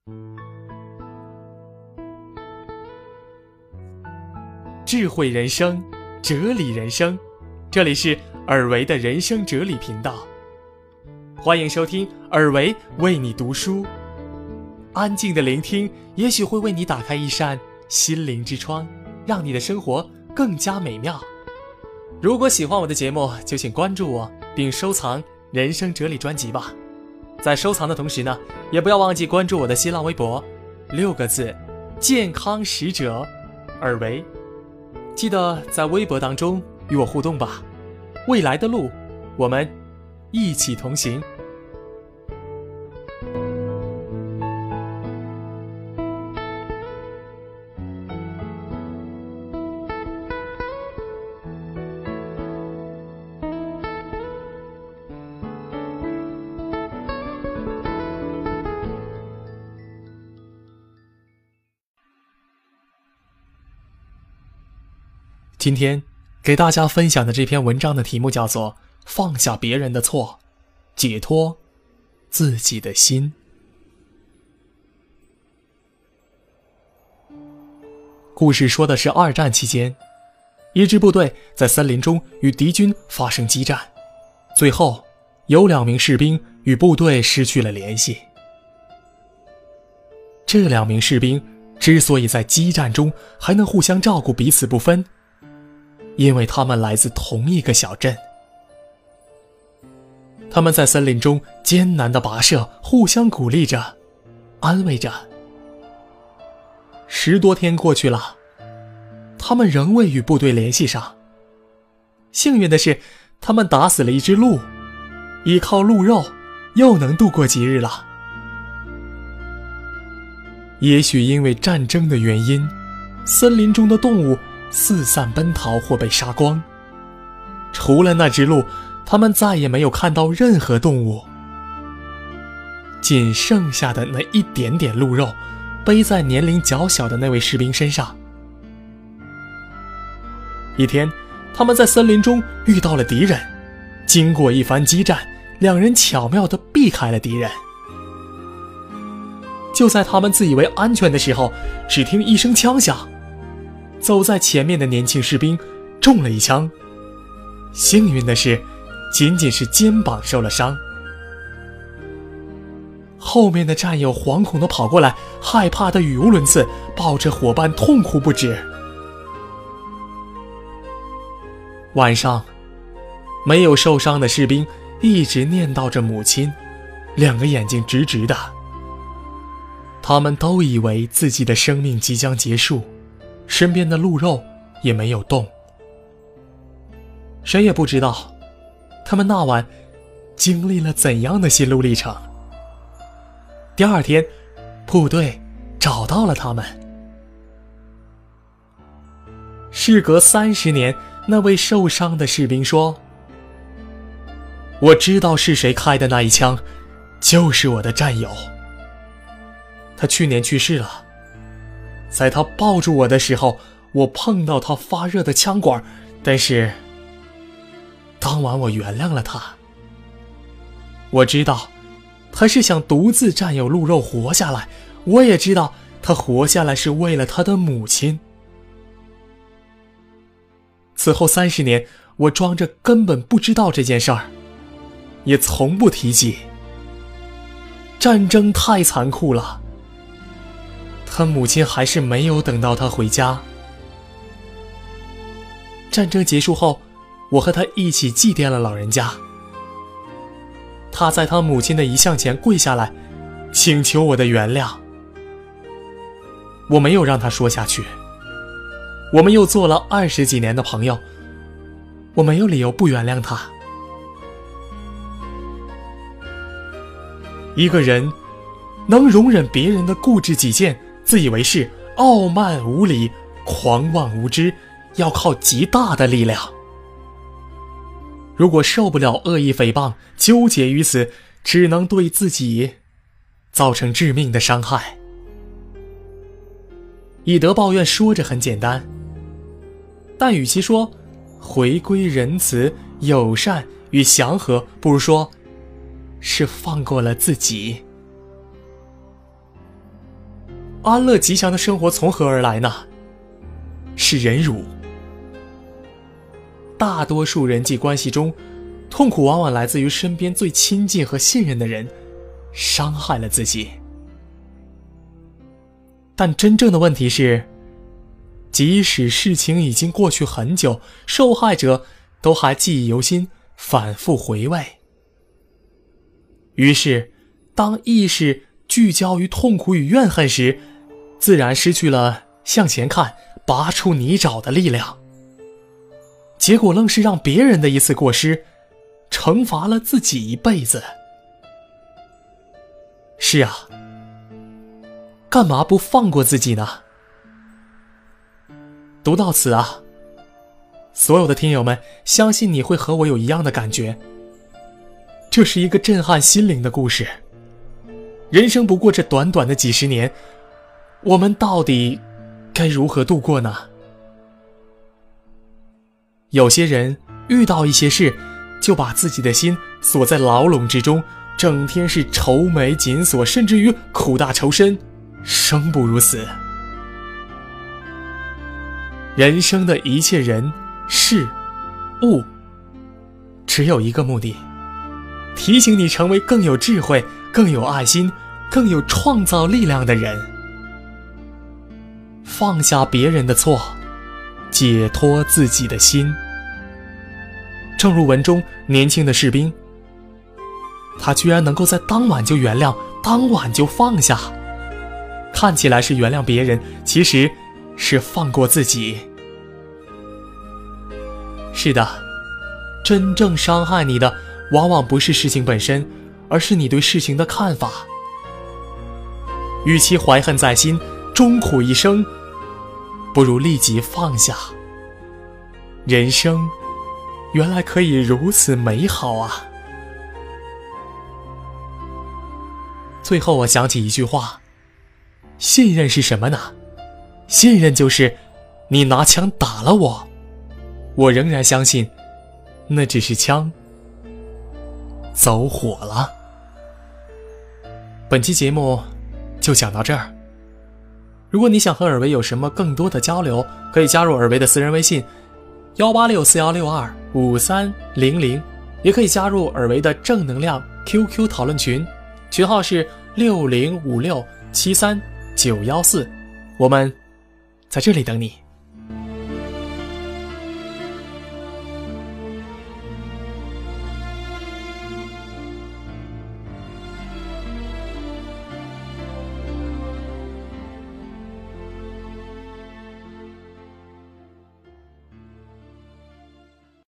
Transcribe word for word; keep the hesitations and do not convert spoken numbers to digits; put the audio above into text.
智慧人生，哲理人生，这里是尔维的人生哲理频道，欢迎收听尔维为你读书。安静的聆听，也许会为你打开一扇心灵之窗，让你的生活更加美妙。如果喜欢我的节目，就请关注我，并收藏人生哲理专辑吧。在收藏的同时呢，也不要忘记关注我的新浪微博，六个字，健康使者尔维。记得在微博当中与我互动吧，未来的路，我们一起同行。今天给大家分享的这篇文章的题目叫做放下别人的错，解脱自己的心。故事说的是二战期间，一支部队在森林中与敌军发生激战，最后有两名士兵与部队失去了联系。这两名士兵之所以在激战中还能互相照顾，彼此不分，因为他们来自同一个小镇。他们在森林中艰难地跋涉，互相鼓励着，安慰着。十多天过去了，他们仍未与部队联系上。幸运的是，他们打死了一只鹿，依靠鹿肉又能度过几日了。也许因为战争的原因，森林中的动物四散奔逃或被杀光，除了那只鹿，他们再也没有看到任何动物。仅剩下的那一点点鹿肉背在年龄较小的那位士兵身上。一天，他们在森林中遇到了敌人，经过一番激战，两人巧妙地避开了敌人。就在他们自以为安全的时候，只听一声枪响，走在前面的年轻士兵中了一枪，幸运的是，仅仅是肩膀受了伤。后面的战友惶恐地跑过来，害怕得语无伦次，抱着伙伴痛哭不止。晚上，没有受伤的士兵一直念叨着母亲，两个眼睛直直的。他们都以为自己的生命即将结束，身边的鹿肉也没有动。谁也不知道他们那晚经历了怎样的心路历程。第二天，部队找到了他们。事隔三十年，那位受伤的士兵说：“我知道是谁开的那一枪，就是我的战友。他去年去世了，在他抱住我的时候，我碰到他发热的枪管，但是当晚我原谅了他。我知道他是想独自占有鹿肉活下来，我也知道他活下来是为了他的母亲。此后三十年，我装着根本不知道这件事儿，也从不提及。战争太残酷了，他母亲还是没有等到他回家。战争结束后，我和他一起祭奠了老人家。他在他母亲的遗像前跪下来，请求我的原谅。我没有让他说下去。我们又做了二十几年的朋友，我没有理由不原谅他。一个人能容忍别人的固执己见、自以为是、傲慢无礼、狂妄无知，要靠极大的力量。如果受不了恶意诽谤，纠结于此，只能对自己造成致命的伤害。以德报怨说着很简单，但与其说回归仁慈、友善与祥和，不如说是放过了自己。 安乐吉祥的生活从何而来呢？是忍辱。大多数人际关系中，痛苦往往来自于身边最亲近和信任的人伤害了自己。但真正的问题是，即使事情已经过去很久，受害者都还记忆犹新，反复回味。于是当意识聚焦于痛苦与怨恨时，自然失去了向前看、拔出泥沼的力量。结果愣是让别人的一次过失惩罚了自己一辈子。是啊，干嘛不放过自己呢？读到此啊，所有的听友们，相信你会和我有一样的感觉。这是一个震撼心灵的故事。人生不过这短短的几十年，我们到底该如何度过呢？有些人遇到一些事，就把自己的心锁在牢笼之中，整天是愁眉紧锁，甚至于苦大仇深，生不如死。人生的一切人、事、物，只有一个目的，提醒你成为更有智慧、更有爱心、更有创造力量的人。放下别人的错，解脱自己的心。正如文中年轻的士兵，他居然能够在当晚就原谅，当晚就放下。看起来是原谅别人，其实是放过自己。是的，真正伤害你的往往不是事情本身，而是你对事情的看法。与其怀恨在心，终苦一生，不如立即放下。人生原来可以如此美好啊！最后我想起一句话，信任是什么呢？信任就是你拿枪打了我，我仍然相信那只是枪走火了。本期节目就讲到这儿。如果你想和尔维有什么更多的交流，可以加入尔维的私人微信幺八六四幺六二五三零零，也可以加入尔维的正能量 Q Q 讨论群，群号是六零五六七三九一四，我们在这里等你。